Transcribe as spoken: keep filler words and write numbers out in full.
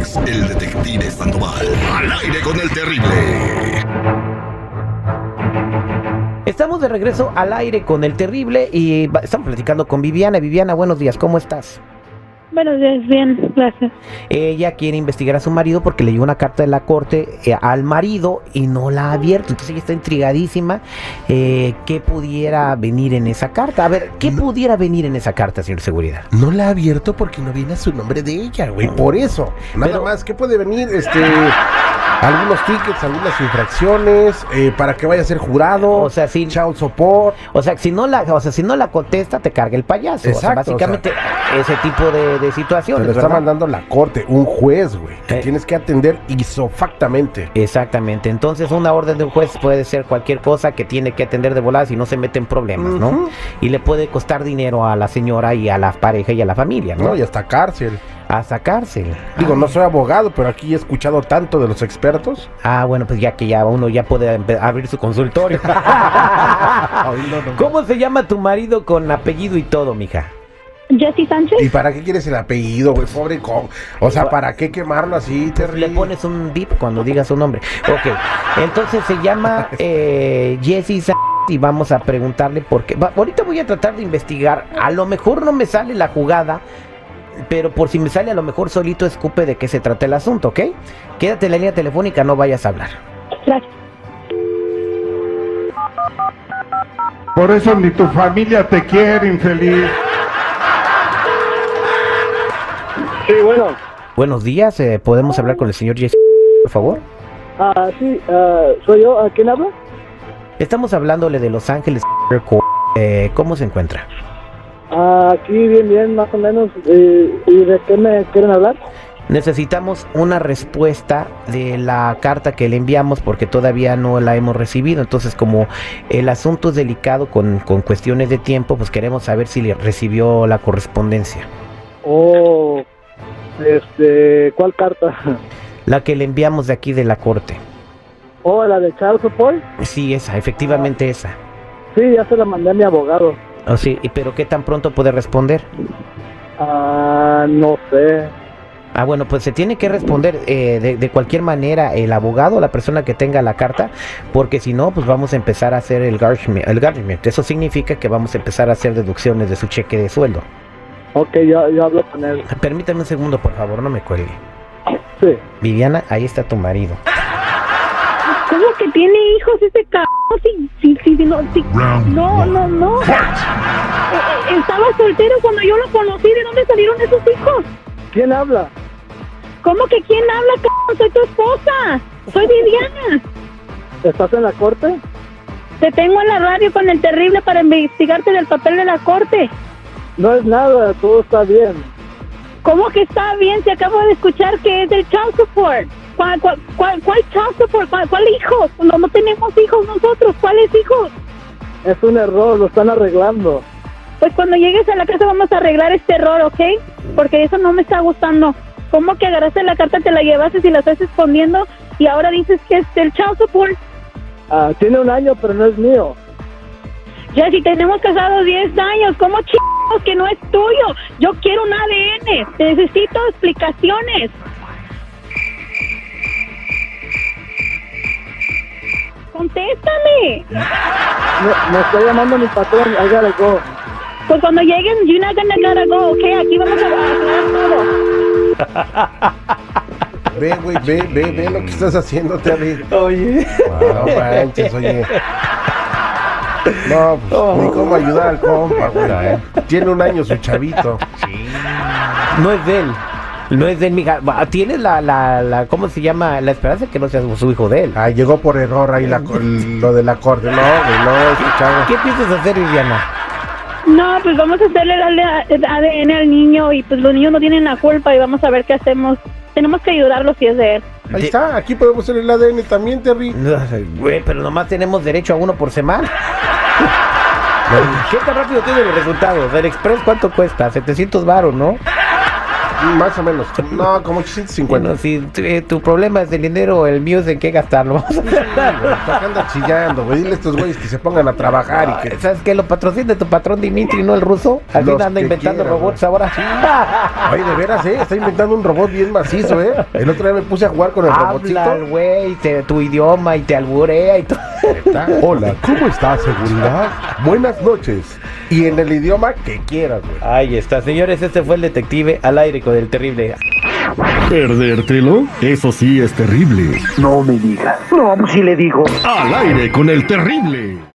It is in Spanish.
es el detective Sandoval. Al aire con el terrible. Estamos de regreso al aire con el terrible y va- estamos platicando con Viviana. Viviana, buenos días, ¿cómo estás? Buenos días, bien, gracias. Ella quiere investigar a su marido porque le llegó una carta de la corte eh, al marido y no la ha abierto. Entonces ella está intrigadísima. Eh, ¿Qué pudiera venir en esa carta? A ver, ¿qué No. pudiera venir en esa carta, señor Seguridad? No la ha abierto porque no viene a su nombre de ella, güey. Por eso. Nada Pero- más. ¿Qué puede venir? Este. Algunos tickets, algunas infracciones, eh, para que vaya a ser jurado. O sea, sí. Child support. O sea, si no la, o sea, si no la contesta, te carga el payaso. Exacto, o sea, básicamente ese tipo de, de Te situaciones, lo está ¿verdad? mandando la corte, un juez, güey. Que Eh. tienes que atender isofactamente. Exactamente, entonces una orden de un juez puede ser cualquier cosa que tiene que atender de volada si no se mete en problemas, ¿no? Ujú. Y le puede costar dinero a la señora y a la pareja y a la familia, ¿no? ¿No? Y hasta cárcel. Hasta cárcel. Digo, no soy abogado, pero aquí he escuchado tanto de los expertos. Ah, bueno, pues ya que ya uno ya puede empe- abrir su consultorio. ¿Cómo se llama tu marido con apellido y todo, mija? Jessy Sánchez. ¿Y para qué quieres el apellido, güey? Pobre con. O sea, ¿para qué quemarlo así, Terry? Le pones un bip cuando digas su nombre. Ok, entonces se llama eh, Jessy Sánchez y vamos a preguntarle por qué. Va, ahorita voy a tratar de investigar. A lo mejor no me sale la jugada, pero por si me sale a lo mejor solito escupe de qué se trata el asunto, ¿ok? Quédate en la línea telefónica, no vayas a hablar. Gracias. Por eso ni tu familia te quiere, infeliz. Sí, bueno. Buenos días, eh, ¿podemos hablar con el señor Jessy, por favor? Ah, sí, ah, soy yo. ¿A quién habla? Estamos hablándole de Los Ángeles. Eh, ¿Cómo se encuentra? Ah, aquí bien, bien, más o menos. Eh, ¿Y de qué me quieren hablar? Necesitamos una respuesta de la carta que le enviamos porque todavía no la hemos recibido. Entonces, como el asunto es delicado con, con cuestiones de tiempo, pues queremos saber si le recibió la correspondencia. Oh, este, ¿cuál carta? La que le enviamos de aquí de la corte. Oh, la de Child Support. Sí, esa, efectivamente esa. Sí, ya se la mandé a mi abogado. Oh, sí, ¿y pero qué tan pronto puede responder? Ah, no sé. Ah, bueno, pues se tiene que responder eh, de, de cualquier manera el abogado, la persona que tenga la carta, porque si no, pues vamos a empezar a hacer el garnishment. El garnishment. Eso significa que vamos a empezar a hacer deducciones de su cheque de sueldo. Ok, yo, yo hablo con él. Permítame un segundo, por favor, no me cuelgue. Sí. Viviana, ahí está tu marido. ¿Cómo que tiene hijos ese cabrón? Sí, sí, sí, sí, no, sí. No, no, no. Eh, eh, Estaba soltero cuando yo lo conocí. ¿De dónde salieron esos hijos? ¿Quién habla? ¿Cómo que quién habla, cabrón? Soy tu esposa. Soy Viviana. ¿Estás en la corte? Te tengo en la radio con el terrible para investigarte del papel de la corte. No es nada, todo está bien. ¿Cómo que está bien? Se acabo de escuchar que es del child support. ¿Cuál, cuál, cuál, cuál child support? ¿Cuál, cuál hijos? No, no tenemos hijos nosotros. ¿Cuáles hijos? Es un error, lo están arreglando. Pues cuando llegues a la casa vamos a arreglar este error, ¿ok? Porque eso no me está gustando. ¿Cómo que agarraste la carta, te la llevaste y la estás escondiendo y ahora dices que es del child support? Ah, tiene un año, pero no es mío. Ya si tenemos casados diez años, ¿cómo chingos que no es tuyo? Yo quiero un A D N. Necesito explicaciones. Contéstame. Me, me está llamando mi patrón, I gotta go. Pues cuando lleguen, you're not gonna gotta go, ¿ok? Aquí vamos a arreglar todo. Ve, güey, ve, ve, ve lo que estás haciendo, Terry. Oye. No manches, oye. No, pues, ni cómo ayudar al compa, güey. Tiene un año su chavito. No es de él. No es de él, mija. Va, Tienes la, la, la, ¿cómo se llama? La esperanza de que no sea su hijo de él. Ah, llegó por error ahí la, lo de la corte. No, güey, no, este chavo. ¿Qué piensas hacer, Viviana? No, pues vamos a hacerle darle A D N al niño y pues los niños no tienen la culpa y vamos a ver qué hacemos. Tenemos que ayudarlo si es de él. Ahí está, aquí podemos hacer el A D N también, Terry. No, güey, pero nomás tenemos derecho a uno por semana. ¿Qué tan rápido tiene los resultados? El Express, ¿cuánto cuesta? setecientos varos, ¿no? Más o menos. No, como ochocientos cincuenta. Bueno, si tu, eh, tu problema es el dinero, el mío es en qué gastarlo. Vamos a ¿Para qué anda chillando, güey? Dile a estos güeyes que se pongan a trabajar y que... ¿Sabes qué? Lo patrocina tu patrón Dimitri, no el ruso. Al Los fin anda que inventando quieran, robots ahora. Oye, de veras, ¿eh? Está inventando un robot bien macizo, ¿eh? El otro día me puse a jugar con el Habla robotcito. el güey, te- tu idioma y te alburea y todo. Hola, ¿cómo estás, seguridad? Buenas noches. Y en el idioma que quieras, güey. Ahí está, señores, este fue el detective al aire con el terrible. ¿Perdértelo? Eso sí es terrible. No me digas. No, si le digo. Al aire con el terrible.